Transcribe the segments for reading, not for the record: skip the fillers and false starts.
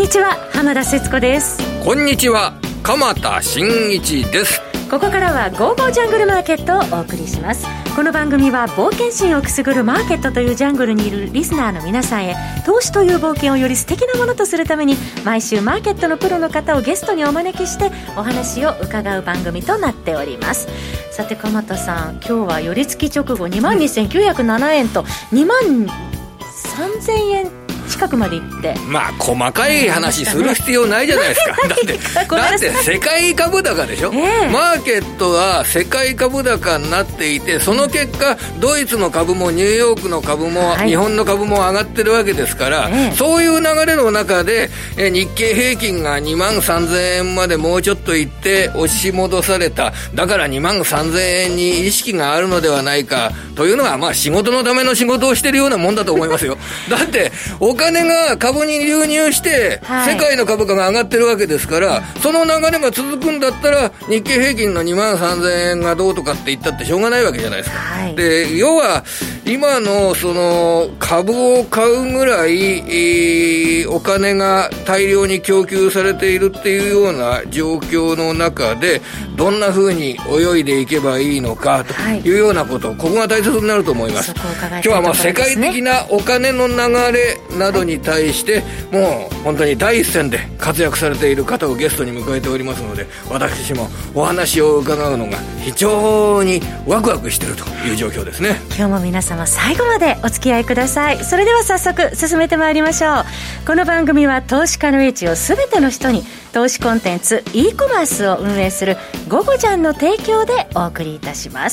にちは、浜田節子です。 こんにちは、鎌田新一です。 ここからはゴーゴージャングルマーケットをお送りします。この番組は冒険心をくすぐるマーケットというジャングルにいるリスナーの皆さんへ、投資という冒険をより素敵なものとするために、毎週マーケットのプロの方をゲストにお招きしてお話を伺う番組となっております。さて鎌田さん、今日は寄り付き直後22,907円と23,000円近くまで行って、 まあ細かい話する必要ないじゃないですか。だって世界株高でしょ、マーケットは世界株高になっていて、その結果ドイツの株もニューヨークの株も、日本の株も上がってるわけですから、そういう流れの中で日経平均が23,000円までもうちょっと行って押し戻された。だから23,000円に意識があるのではないかというのは、まあ仕事のための仕事をしてるようなもんだと思いますよ。だってお金が株に流入して世界の株価が上がってるわけですから、その流れが続くんだったら日経平均の23,000円がどうとかって言ったってしょうがないわけじゃないですか、で要は今のその株を買うぐらい、お金が大量に供給されているっていうような状況の中で、どんな風に泳いでいけばいいのかというようなこと、ここが大切になると思います。今日はもう世界的なお金の流れなどに対して、もう本当に第一線で活躍されている方をゲストに迎えておりますので、私もお話を伺うのが非常にワクワクしているという状況ですね。 今日も皆様最後までお付き合いください。それでは早速進めてまいりましょう。この番組は投資家の位置を全ての人に、投資コンテンツ e コマースを運営するゴゴジャンの提供でお送りいたします。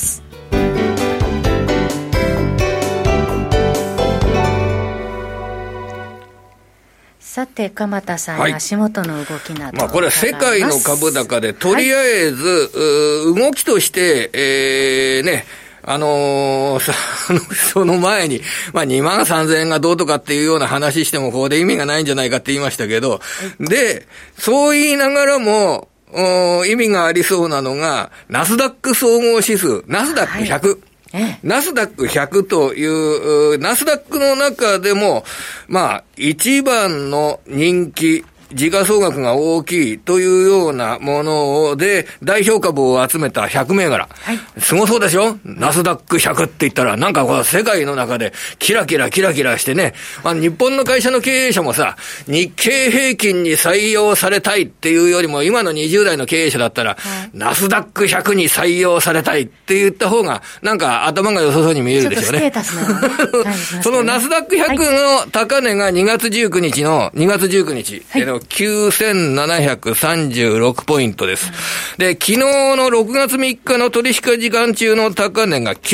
さて鎌田さん、足元の動きなど、 これ世界の株高でとりあえず、動きとして、その前に、23,000円がどうとかっていうような話してもここで意味がないんじゃないかって言いましたけど、で、そう言いながらも、意味がありそうなのが、ナスダック総合指数、ナスダック100。ナスダック100という、ナスダックの中でも、一番の人気、時価総額が大きいというようなもので、代表株を集めた100銘柄。すごそうでしょ？ナスダック100って言ったら、なんかこう世界の中でキラキラしてね、日本の会社の経営者もさ、日経平均に採用されたいっていうよりも、今の20代の経営者だったら、ナスダック100に採用されたいって言った方が、なんか頭が良さそうに見えるでしょうね。 ちょっとステータスなのね。 そのナスダック100の高値が2月19日、9,736 ポイントです。で、昨日の6月3日の取引時間中の高値が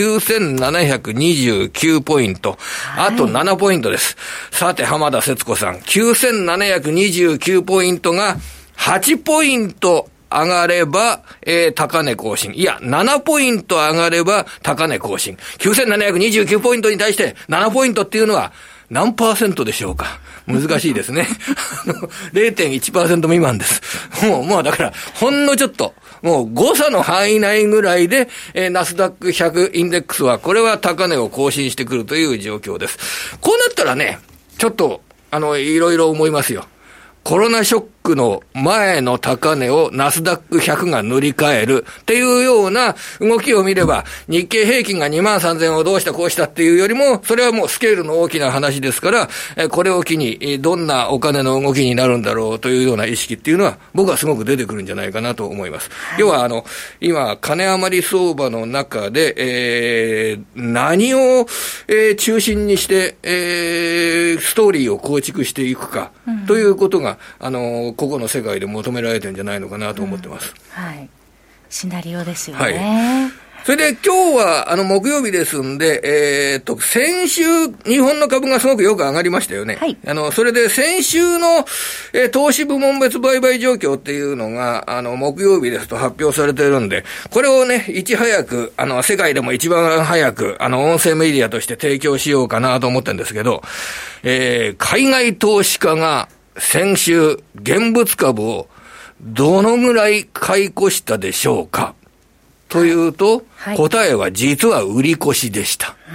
9,729 ポイント。あと7ポイントです。さて、浜田節子さん、9,729 ポイントが8ポイント上がれば、高値更新。いや、7ポイント上がれば高値更新。9,729 ポイントに対して7ポイントっていうのは何パーセントでしょうか。難しいですね。0.1% 未満です。もうだから、ほんのちょっと、もう誤差の範囲内ぐらいで、ナスダック100インデックスは、これは高値を更新してくるという状況です。こうなったらね、ちょっと、いろいろ思いますよ。コロナショックの前の高値をナスダック100が塗り替えるっていうような動きを見れば、日経平均が23,000をどうしたこうしたっていうよりも、それはもうスケールの大きな話ですから、これを機にどんなお金の動きになるんだろうというような意識っていうのは、僕はすごく出てくるんじゃないかなと思います。要は今、金余り相場の中で、何を、中心にして、ストーリーを構築していくかということが、個々の世界で求められてるんじゃないのかなと思ってます。 シナリオですよね。 それで今日は木曜日ですんで、先週日本の株がすごくよく上がりましたよね。それで先週の、投資部門別売買状況っていうのが木曜日ですと発表されているんで、これをね、いち早く世界でも一番早く音声メディアとして提供しようかなと思ってるんですけど、海外投資家が先週現物株をどのぐらい買い越したでしょうかというと、答えは実は売り越しでした。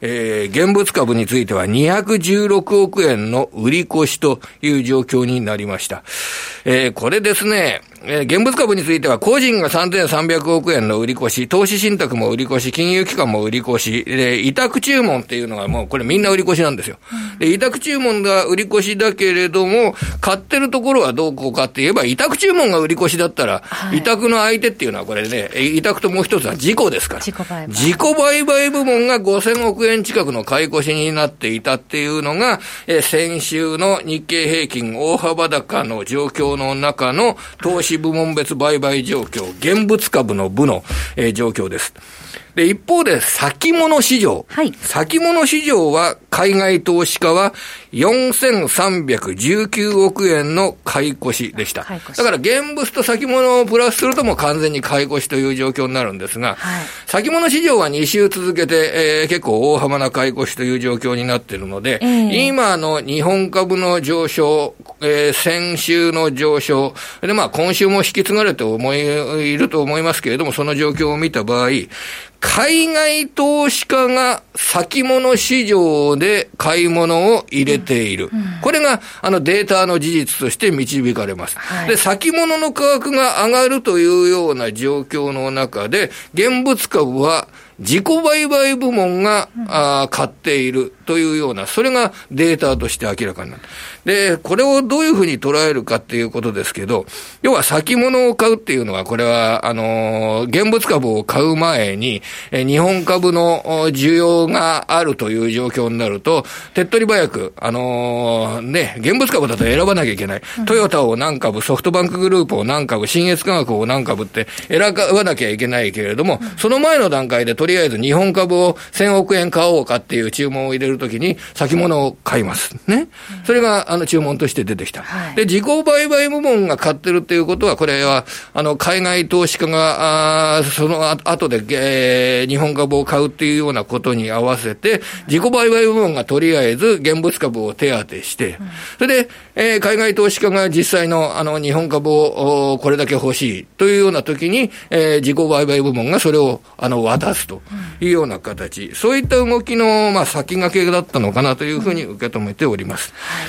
現物株については216億円の売り越しという状況になりました。これですね、現物株については個人が3300億円の売り越し、投資信託も売り越し、金融機関も売り越し、委託注文っていうのがもうこれみんな売り越しなんですよ。で、委託注文が売り越しだけれども、買ってるところはどうこうかって言えば、委託注文が売り越しだったら、委託の相手っていうのはこれね、委託ともう一つは自己ですから。自己売買部門が5000億円近くの買い越しになっていたっていうのが、先週の日経平均大幅高の状況の中の投資部門別売買状況、現物株の部の、状況です。で、一方で先物市場。はい。先物市場は海外投資家は4319億円の買い越しでした。だから現物と先物をプラスするともう完全に買い越しという状況になるんですが、はい、先物市場は2週続けて、結構大幅な買い越しという状況になっているので、今の日本株の上昇、先週の上昇、でまあ今週も引き継がれていると思いますけれども、その状況を見た場合、海外投資家が先物市場で買い物を入れている。これがデータの事実として導かれます。はい、で、先物の価格が上がるというような状況の中で、現物株は自己売買部門が、買っているというような、それがデータとして明らかになった。で、これをどういうふうに捉えるかっていうことですけど、要は先物を買うっていうのは、これは、現物株を買う前に、日本株の需要があるという状況になると、手っ取り早く、現物株だと選ばなきゃいけない。トヨタを何株、ソフトバンクグループを何株、信越化学を何株って選ばなきゃいけないけれども、その前の段階でとりあえず日本株を1000億円買おうかっていう注文を入れるときに先物を買います。ね。それが注文として出てきた。はい、で、自己売買部門が買ってるっていうことは、これは海外投資家がその後で、日本株を買うっていうようなことに合わせて、自己売買部門がとりあえず現物株を手当てして、それで、海外投資家が実際の日本株をこれだけ欲しいというような時に、自己売買部門がそれを渡すというような形、そういった動きの先駆けだったのかなというふうに受け止めております。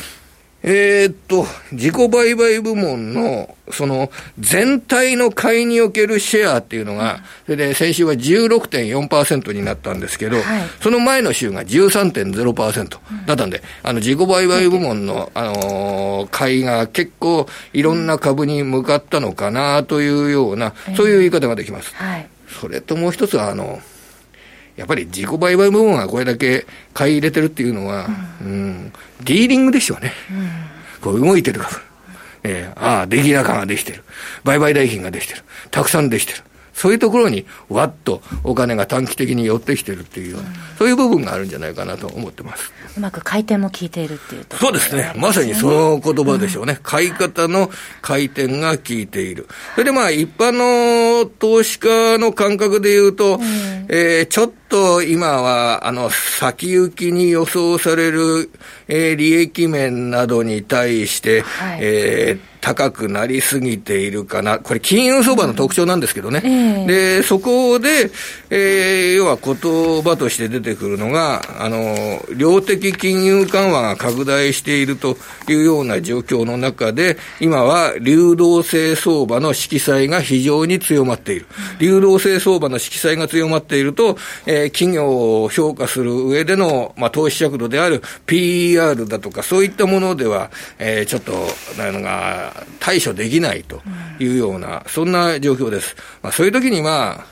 自己売買部門のその全体の買いにおけるシェアっていうのが、それで先週は 16.4% になったんですけど、その前の週が 13.0% だったんで、自己売買部門の、買いが結構いろんな株に向かったのかなというような、そういう言い方ができます。それともう一つはやっぱり自己売買部門がこれだけ買い入れてるっていうのは、ディーリングでしょうね。こう動いてる株。出来高ができてる。売買代金ができてる。たくさんできてる。そういうところにわっとお金が短期的に寄ってきてるっていうような、そういう部分があるんじゃないかなと思ってます。 うまく回転も効いているっていうところ、 そうですね。まさにその言葉でしょうね。買い方の回転が効いている。それで一般の投資家の感覚で言うと、ちょっと今は先行きに予想される、利益面などに対して、高くなりすぎているかな。これ金融相場の特徴なんですけどね。で、そこで、要は言葉として出てくるのが、量的金融緩和が拡大しているというような状況の中で、今は流動性相場の色彩が非常に強まっている。流動性相場の色彩が強まっていると、企業を評価する上での、投資尺度である PER だとか、そういったものでは、ちょっと、対処できないというような、そんな状況です。そういう時に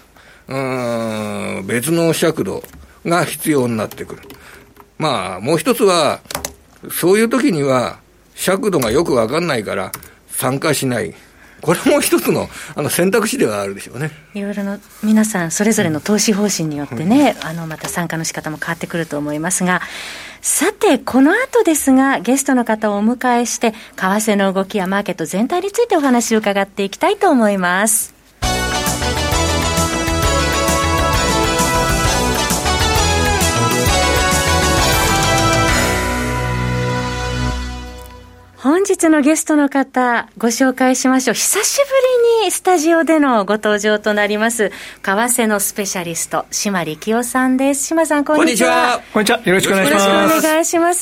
別の尺度が必要になってくる。もう一つは、そういう時には、尺度がよくわかんないから参加しない。これも一つの選択肢ではあるでしょうね。 いろいろの皆さんそれぞれの投資方針によってね、また参加の仕方も変わってくると思いますが、さてこの後ですがゲストの方をお迎えして為替の動きやマーケット全体についてお話を伺っていきたいと思います。 本日のゲストの方ご紹介しましょう。久しぶりにスタジオでのご登場となります為替のスペシャリスト島力夫さんです。島さんこんにちは。 こんにちは。よろしくお願いします。 よろしくお願いします。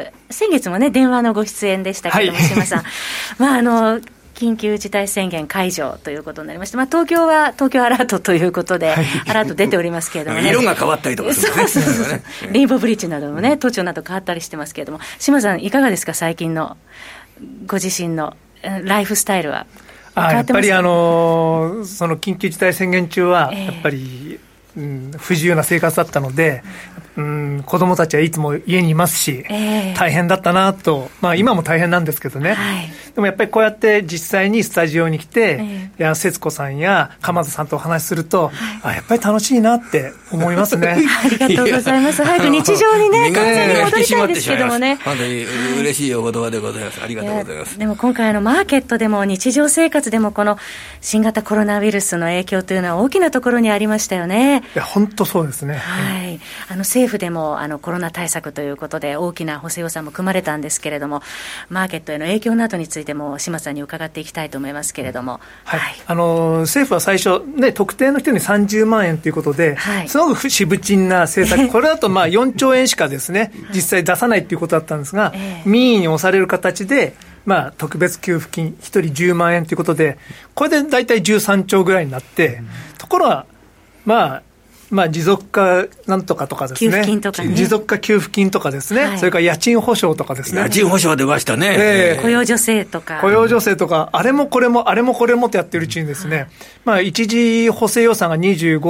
先月もね電話のご出演でしたけども、島さん緊急事態宣言解除ということになりまして、東京は東京アラートということで、アラート出ておりますけれどもね。 色が変わったりとかするね。 そうレインボーブリッジなどもね、都庁など変わったりしてますけれども、島さんいかがですか、最近のご自身のライフスタイルは変わってますか？ やっぱりその緊急事態宣言中は、やっぱり、不自由な生活だったので、子供たちはいつも家にいますし、大変だったなと、今も大変なんですけどね、でもやっぱりこうやって実際にスタジオに来て、節子さんや鎌田さんとお話しすると、やっぱり楽しいなって思いますね。 ありがとうございます。早く日常にね、完全に戻りたいですけどもね。 本当に嬉しいお言葉でございます。ありがとうございます。 でも今回マーケットでも日常生活でもこの新型コロナウイルスの影響というのは大きなところにありましたよね。 いや本当そうですね。 政府でもコロナ対策ということで大きな補正予算も組まれたんですけれども、マーケットへの影響などについても島さんに伺っていきたいと思いますけれども、 政府は最初、特定の人に30万円ということで、すごくしぶちんな政策、これだと4兆円しかですね、実際出さないということだったんですが、民意に押される形で、特別給付金1人10万円ということで、これで大体13兆ぐらいになって、ところが持続化なんとかとかですね、 給付金とかね、 持続化給付金とかですね、それから家賃保証とかですね、 家賃保証出ましたね、 雇用助成とかあれもこれもあれもこれもってやってるうちにですね、一時補正予算が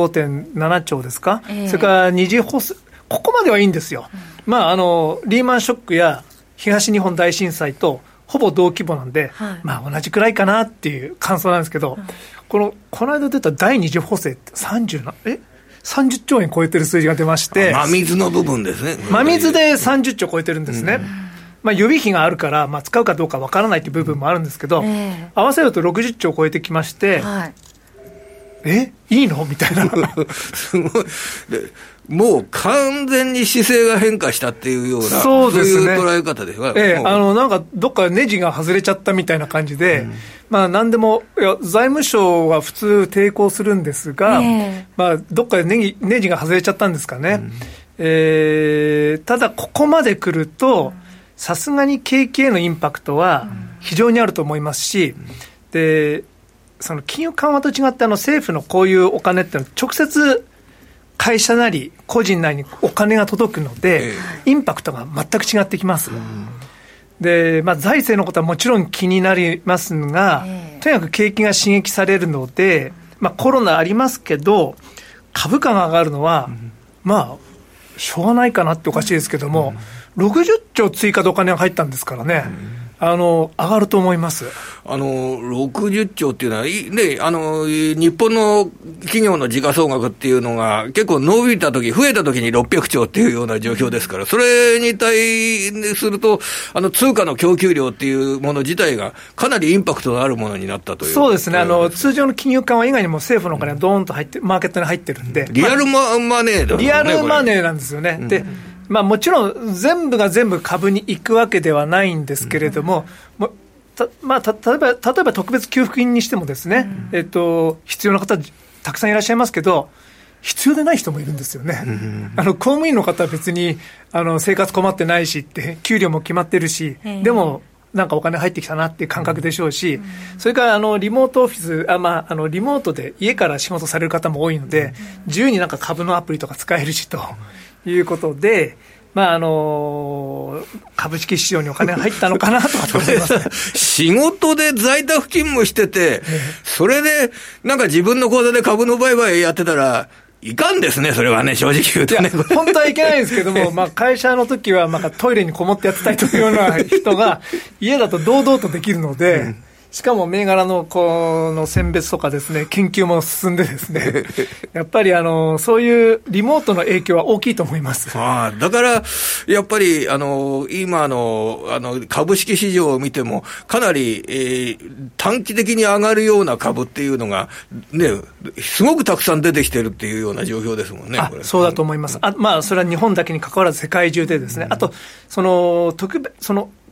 25.7 兆ですか、それから二次補正、ここまではいいんですよ、リーマンショックや東日本大震災とほぼ同規模なんで、同じくらいかなっていう感想なんですけど、この間出た第二次補正って30兆円超えてる数字が出まして、 真水の部分ですね。 真水で30兆超えてるんですね。予備費があるから、使うかどうかわからないという部分もあるんですけど、合わせると60兆超えてきまして、いいのみたいなすごいもう完全に姿勢が変化したっていうような、 そうですね、 そういう捉え方ですが、 なんかどっかネジが外れちゃったみたいな感じで、何でも財務省は普通抵抗するんですが、どっかでネジが外れちゃったんですかね、ただここまで来るとさすがに景気へのインパクトは非常にあると思いますし、でその金融緩和と違って政府のこういうお金ってのは直接会社なり個人なりにお金が届くので、インパクトが全く違ってきます。で、財政のことはもちろん気になりますが、とにかく景気が刺激されるので、コロナありますけど株価が上がるのは、しょうがないかなっておかしいですけども、60兆追加でお金が入ったんですからね、上がると思います。 60兆っていうのは、日本の企業の時価総額っていうのが結構伸びたとき、増えたときに600兆っていうような状況ですから、それに対すると、通貨の供給量っていうもの自体がかなりインパクトのあるものになったという。 そうですね、通常の金融緩和以外にも政府のお金がドーンと入って、マーケットに入ってるんで。 リアルマネーだね。 リアルマネーなんですよね。でもちろん全部が全部株に行くわけではないんですけれども、例えば特別給付金にしてもですね、必要な方たくさんいらっしゃいますけど、必要でない人もいるんですよね。公務員の方は別に生活困ってないしって、給料も決まってるし、でもなんかお金入ってきたなっていう感覚でしょうし、それからリモートオフィス、リモートで家から仕事される方も多いので、自由になんか株のアプリとか使えるしということで、株式市場にお金が入ったのかなと思いますね。 仕事で在宅勤務してて、それでなんか自分の口座で株の売買やってたらいかんですね、それはね、正直言うとね。 本当はいけないんですけども、会社の時はトイレにこもってやってたいというような人が家だと堂々とできるので、しかも銘柄のこの選別とかですね、研究も進んでですね、やっぱりそういうリモートの影響は大きいと思います。 だからやっぱり今株式市場を見てもかなり、短期的に上がるような株っていうのがね、すごくたくさん出てきてるっていうような状況ですもんね。 そうだと思います。それは日本だけに関わらず世界中でですね、あとその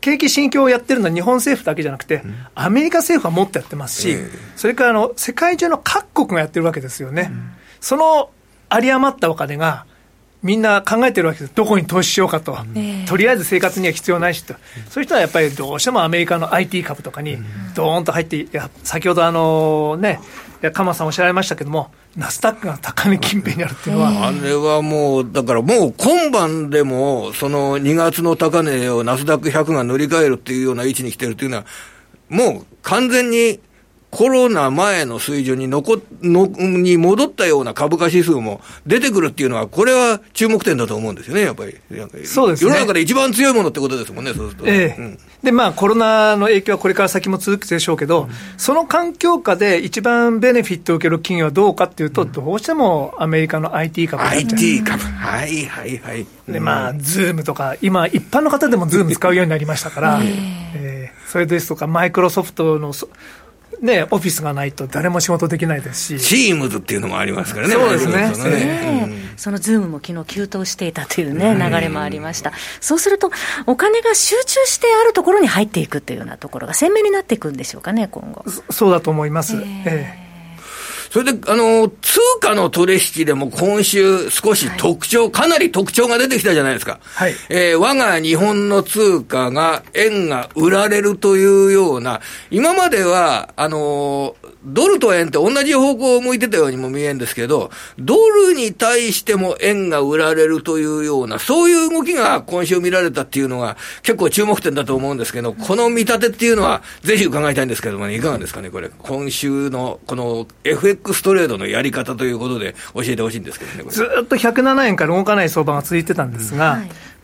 景気振興をやってるのは日本政府だけじゃなくて、アメリカ政府はもっとやってますし、それから世界中の各国がやってるわけですよね。その有り余ったお金がみんな考えてるわけです。どこに投資しようかと、とりあえず生活には必要ないしと、そういう人はやっぱりどうしてもアメリカの IT 株とかにドーンと入って、先ほど鎌さんおっしゃられましたけども、ナスダックが高値近辺にあるっていうのは、 あれはもうだからもう今晩でもその2月の高値をナスダック100が乗り換えるっていうような位置に来てるっていうのは、もう完全にコロナ前の水準にに戻ったような株価指数も出てくるっていうのは、これは注目点だと思うんですよね、やっぱり。 そうですね。 世の中で一番強いものってことですもんね、そうすると。 で、コロナの影響はこれから先も続くでしょうけど、その環境下で一番ベネフィットを受ける企業はどうかっていうと、どうしてもアメリカの IT 株になっちゃう。 IT 株。はいはいはい。 で、ズームとか、今、一般の方でもズーム使うようになりましたから、それですとか、マイクロソフトのオフィスがないと誰も仕事できないですし、 チームズっていうのもありますからね。 そうですね。 そのズームも昨日急騰していたというね、流れもありました。そうするとお金が集中してあるところに入っていくっていうようなところが鮮明になっていくんでしょうかね、今後。 そうだと思います。 それで、通貨の取引でも今週少しかなり特徴が出てきたじゃないですか。 はい。 我が日本の通貨が、円が売られるというような、今までは、ドルと円って同じ方向を向いてたようにも見えるんですけど、ドルに対しても円が売られるというような、そういう動きが今週見られたっていうのが結構注目点だと思うんですけど、この見立てっていうのはぜひ伺いたいんですけどもね、いかがですかね、これ。今週のこの FX トレードのやり方ということで教えてほしいんですけどね。 ずっと107円から動かない相場が続いてたんですが、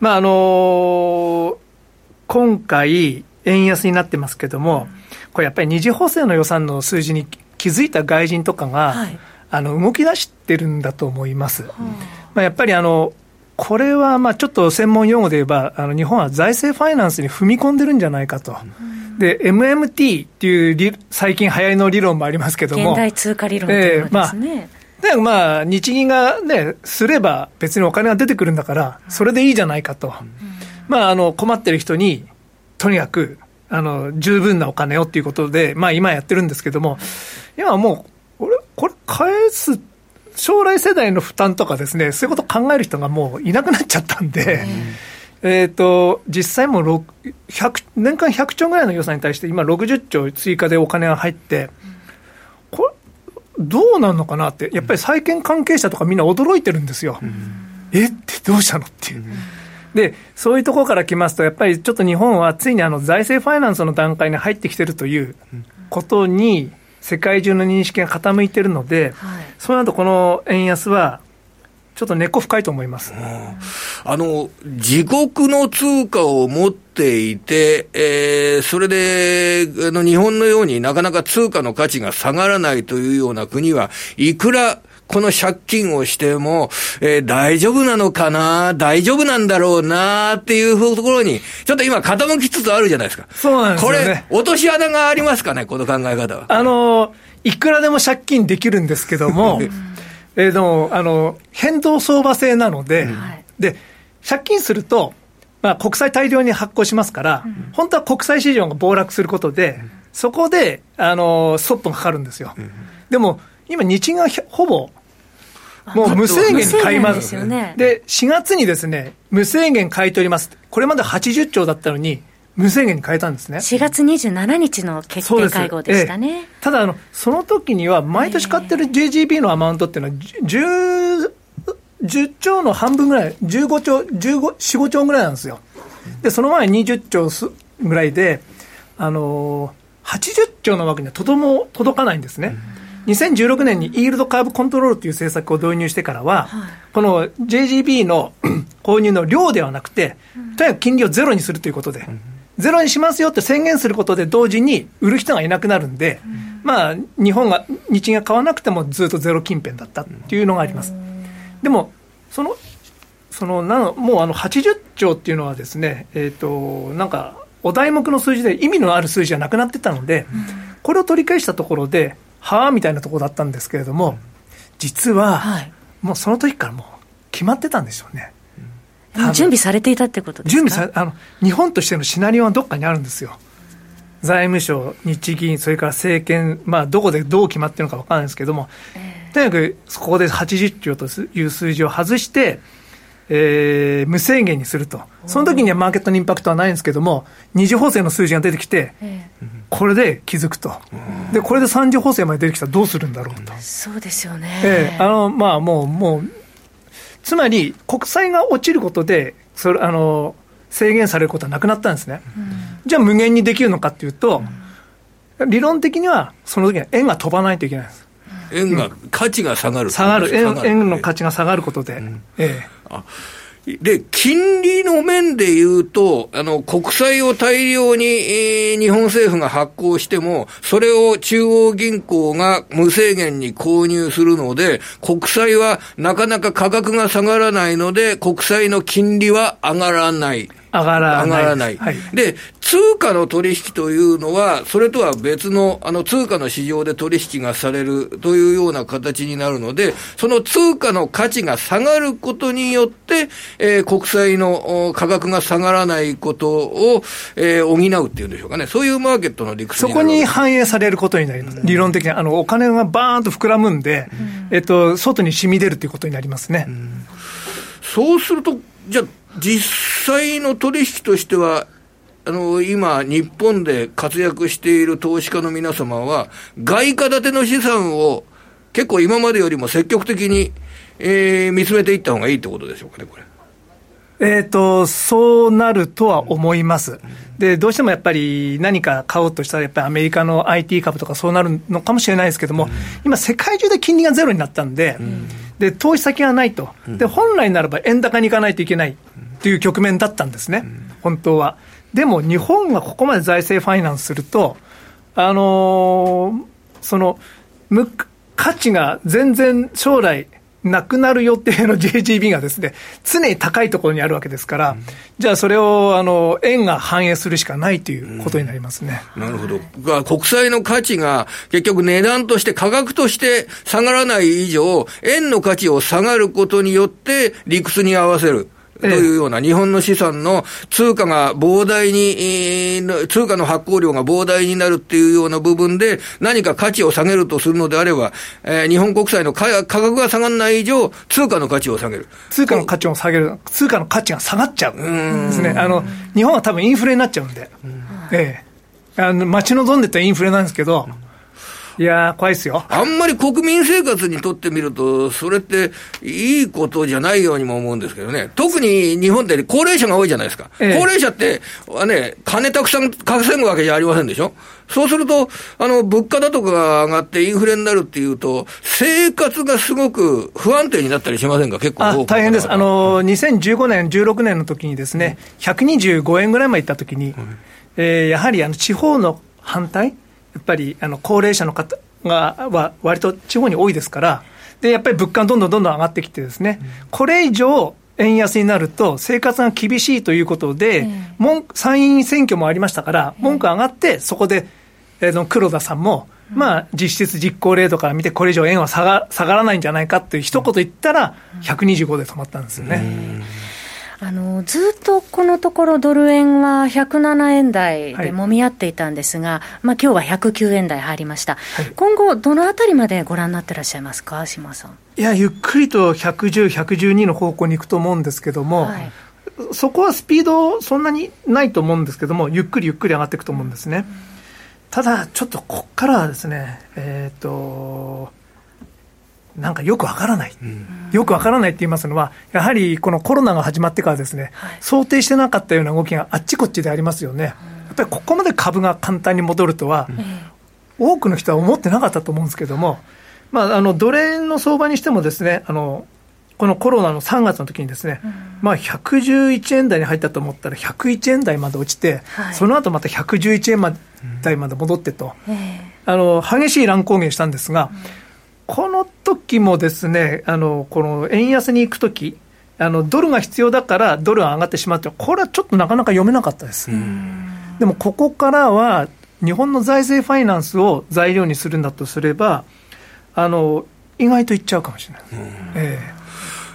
今回円安になってますけども、これやっぱり二次補正の予算の数字に気づいた外人とかが、動き出してるんだと思います。やっぱりこれはちょっと専門用語で言えば、日本は財政ファイナンスに踏み込んでるんじゃないかと。で、MMT っていう最近流行りの理論もありますけども。 現代通貨理論というのですね。 で日銀がね、すれば別にお金が出てくるんだから、それでいいじゃないかと。困ってる人に、とにかく、十分なお金をっていうことで、今やってるんですけども、今もう、これ返す、将来世代の負担とかですね、そういうことを考える人がもういなくなっちゃったんで、実際も年間100兆ぐらいの予算に対して、今60兆追加でお金が入って、これ、どうなるのかなって、やっぱり債券関係者とかみんな驚いてるんですよ。ってどうしたのっていう。で、そういうところから来ますと、やっぱりちょっと日本はついに財政ファイナンスの段階に入ってきてるということに、世界中の認識が傾いてるので、そうなるとこの円安は、ちょっと根っこ深いと思います。 自国の通貨を持っていて、それで日本のようになかなか通貨の価値が下がらないというような国はいくらこの借金をしても、大丈夫なのかな、大丈夫なんだろうなっていうところにちょっと今傾きつつあるじゃないですか。 そうなんですよね。 これ落とし穴がありますかね、この考え方は。 いくらでも借金できるんですけども変動相場制なので、で借金すると、国債大量に発行しますから、本当は国債市場が暴落することで、そこでストップがかかるんですよ。でも今日銀がほぼもう無制限に買います。で4月にですね、無制限買い取ります。これまで80兆だったのに無制限に変えたんですね。 4月27日の決定会合でしたね。 ただその時には毎年買ってる JGB のアマウントっていうのは10兆の半分ぐらい、15兆、4、5兆ぐらいなんですよ。でその前20兆ぐらいで80兆の枠には届かないんですね。2016年にイールドカーブコントロールという政策を導入してからは、この JGB の購入の量ではなくて、とにかく金利をゼロにするということで、ゼロにしますよって宣言することで同時に売る人がいなくなるんで、日銀が買わなくてもずっとゼロ近辺だったっていうのがあります。でももう80兆っていうのはですね、なんかお題目の数字で意味のある数字じゃなくなってたので、これを取り返したところでみたいなところだったんですけれども、実はもうその時からもう決まってたんでしょうね。 準備されていたってことですか？ 日本としてのシナリオはどっかにあるんですよ。財務省、日銀、それから政権、どこでどう決まってるのか分からないですけども、とにかくここで80兆という数字を外して、無制限にすると。その時にはマーケットのインパクトはないんですけども、2次補正の数字が出てきて、これで気づくと。で、これで3次補正まで出てきたらどうするんだろうと。 そうですよね。 もう、つまり国債が落ちることで、制限されることはなくなったんですね。じゃあ無限にできるのかっていうと、理論的にはその時には円が飛ばないといけないんです。 円が、価値が下がる。 円の価値が下がることで。 で、金利の面で言うと、国債を大量に、日本政府が発行しても、それを中央銀行が無制限に購入するので、国債はなかなか価格が下がらないので、国債の金利は上がらない。 上がらない。 はい、で、通貨の取引というのは、それとは別の、通貨の市場で取引がされるというような形になるので、その通貨の価値が下がることによって、国債の価格が下がらないことを、補うっていうんでしょうかね。そういうマーケットの理屈になる。 そこに反映されることになります。理論的に。お金がバーンと膨らむんで、外に染み出るということになりますね。 そうすると、じゃあ、実際の取引としては、今、日本で活躍している投資家の皆様は、外貨建ての資産を結構今までよりも積極的に、見つめていった方がいいってことでしょうかね、これ。 そうなるとは思います。で、どうしてもやっぱり何か買おうとしたら、やっぱりアメリカの IT 株とかそうなるのかもしれないですけども、今、世界中で金利がゼロになったんで、で、投資先がないと。で、本来ならば円高に行かないといけないという局面だったんですね、本当は。でも、日本がここまで財政ファイナンスすると、価値が全然将来なくなる予定の JGB がですね、常に高いところにあるわけですから、じゃあそれを円が反映するしかないということになりますね。 なるほど。国債の価値が結局値段として価格として下がらない以上、円の価値を下がることによって理屈に合わせる。というような日本の資産の通貨が膨大に、通貨の発行量が膨大になるっていうような部分で何か価値を下げるとするのであれば、日本国債の価格が下がらない以上、通貨の価値を下げる。 通貨の価値を下げる。通貨の価値が下がっちゃう。ですね。日本は多分インフレになっちゃうんで。待ち望んでたインフレなんですけど、いやー、怖いですよ。 あんまり国民生活にとってみると、それっていいことじゃないようにも思うんですけどね。特に日本って高齢者が多いじゃないですか。高齢者ってね、金たくさん稼ぐわけじゃありませんでしょ。そうすると、物価だとかが上がってインフレになるっていうと、生活がすごく不安定になったりしませんか？結構多く。 大変です。2015年、16年の時にですね、125円ぐらいまでいった時に、やはり地方の反対やっぱり高齢者の方は割と地方に多いですから、でやっぱり物価がどんどん上がってきてですね、これ以上円安になると生活が厳しいということで、参院選挙もありましたから文句上がって、そこで黒田さんも実質実行レートから見てこれ以上円は下がらないんじゃないかという一言言ったら125で止まったんですよね。 ずっとこのところドル円は107円台で揉み合っていたんですが、今日は109円台入りました、今後どのあたりまでご覧になってらっしゃいますか、島さん。 いや、ゆっくりと110、112の方向に行くと思うんですけども、そこはスピードそんなにないと思うんですけども、ゆっくり上がっていくと思うんですね。ただちょっとここからはですね、なんかよくわからない、よくわからないって言いますのは、やはりこのコロナが始まってからですね、想定してなかったような動きがあっちこっちでありますよね。やっぱりここまで株が簡単に戻るとは、多くの人は思ってなかったと思うんですけども、ドル円の相場にしてもですね、このコロナの3月の時にですね、111円台に入ったと思ったら101円台まで落ちて、その後また111円台まで戻ってと、激しい乱高下したんですが、この時もですね、この円安に行く時、ドルが必要だからドルが上がってしまって、これはちょっとなかなか読めなかったです。でもここからは日本の財政ファイナンスを材料にするんだとすれば、意外といっちゃうかもしれない。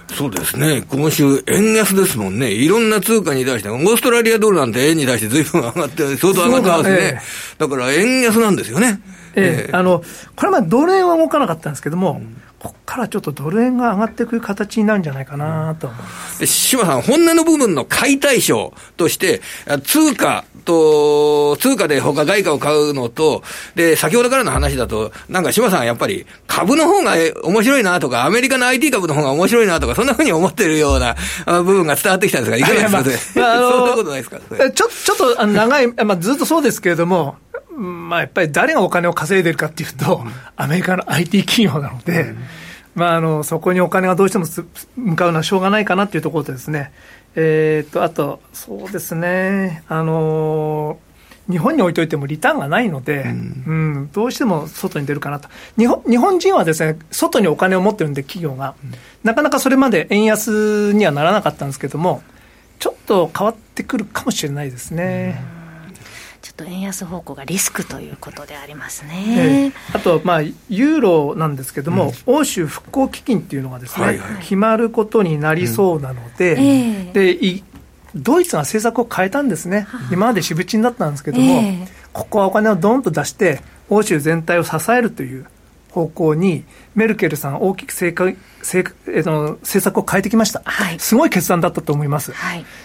そうですね、今週円安ですもんね。いろんな通貨に対して、オーストラリアドルなんて円に対して随分上がって、相当上がってますね。だから円安なんですよね。 これまでドル円は動かなかったんですけども、ここからちょっとドル円が上がっていく形になるんじゃないかなと思います。 で、島さん、本音の部分の買い対象として、通貨で他外貨を買うのと、で、先ほどからの話だと、なんか島さんやっぱり株の方が面白いなとか、アメリカの IT 株の方が面白いなとか、そんな風に思ってるような部分が伝わってきたんですが、いかがですか？そんなことないですか？ ちょっと長い、ずっとそうですけれども、やっぱり誰がお金を稼いでるかっていうと、アメリカの IT 企業なので、そこにお金がどうしても向かうのはしょうがないかなっていうところでですね、あと、そうですね、日本に置いといてもリターンがないので、どうしても外に出るかなと。日本人はですね、外にお金を持ってるんで、企業が。なかなかそれまで円安にはならなかったんですけども、ちょっと変わってくるかもしれないですね。 ちょっと円安方向がリスクということでありますね。 あと、ユーロなんですけども、欧州復興基金っていうのがですね、決まることになりそうなので、でドイツが政策を変えたんですね。今まで渋鎮だったんですけども、ここはお金をドンと出して欧州全体を支えるという方向にメルケルさん大きく政策を変えてきました。すごい決断だったと思います。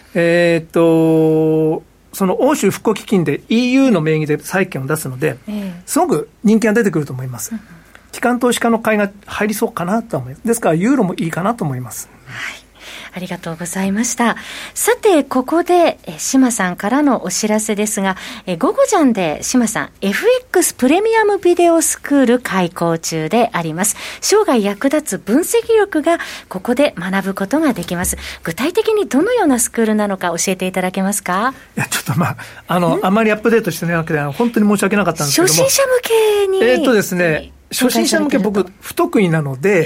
その欧州復興基金で EU の名義で債券を出すので、すごく人気が出てくると思います。機関投資家の買いが入りそうかなと思います。ですからユーロもいいかなと思います。 ありがとうございました。さて、ここで島さんからのお知らせですが、ゴゴジャンで島さん FX プレミアムビデオスクール開講中であります。生涯役立つ分析力がここで学ぶことができます。具体的にどのようなスクールなのか教えていただけますか？ いや、ちょっとあまりアップデートしてないわけでは本当に申し訳なかったんですけども、 初心者向けにですね、初心者向け僕不得意なので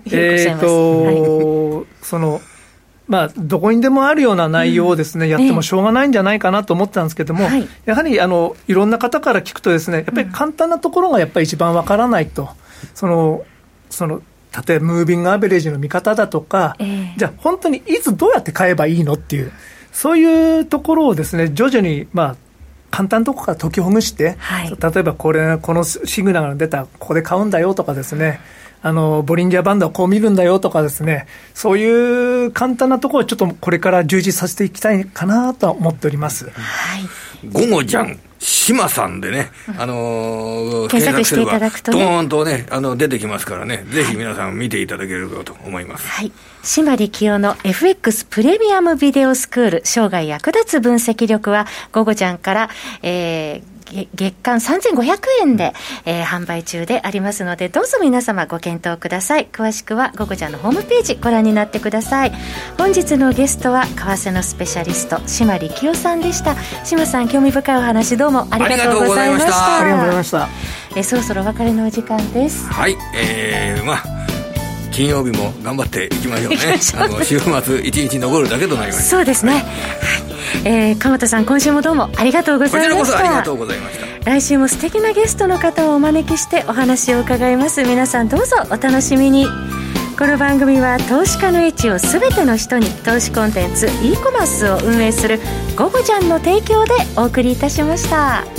どこにでもあるような内容をですね、やってもしょうがないんじゃないかなと思ってたんですけども、やはりいろんな方から聞くとですね、やっぱり簡単なところがやっぱり一番わからないと、例えばムービングアベレージの見方だとか、じゃあ本当にいつどうやって買えばいいのっていう、そういうところをですね、徐々に簡単なところから解きほぐして、例えばこのシグナルが出たらここで買うんだよとかですね、ボリンジャーバンドはこう見るんだよとかですね、そういう簡単なところをちょっとこれから充実させていきたいかなと思っております。 ゴゴジャン島さんでね、 検索していただくと、 ドーンとね、出てきますからね、ぜひ皆さん見ていただければと思います。 島力夫の FX プレミアムビデオスクール生涯役立つ分析力はゴゴジャンから、月間3500円で、販売中でありますので、どうぞ皆様ご検討ください。詳しくはゴゴジャンのホームページご覧になってください。本日のゲストは為替のスペシャリスト島力夫さんでした。島さん、興味深いお話どうもありがとうございました。 ありがとうございました。 そろそろお別れのお時間です。 金曜日も頑張っていきましょうね。週末一日残るだけとなりました。 そうですね。鎌田さん、今週もどうもありがとうございました。 こちらこそありがとうございました。 来週も素敵なゲストの方をお招きしてお話を伺います。皆さんどうぞお楽しみに。この番組は投資家の位置をすべての人に、投資コンテンツ e コマースを運営するゴゴジャンの提供でお送りいたしました。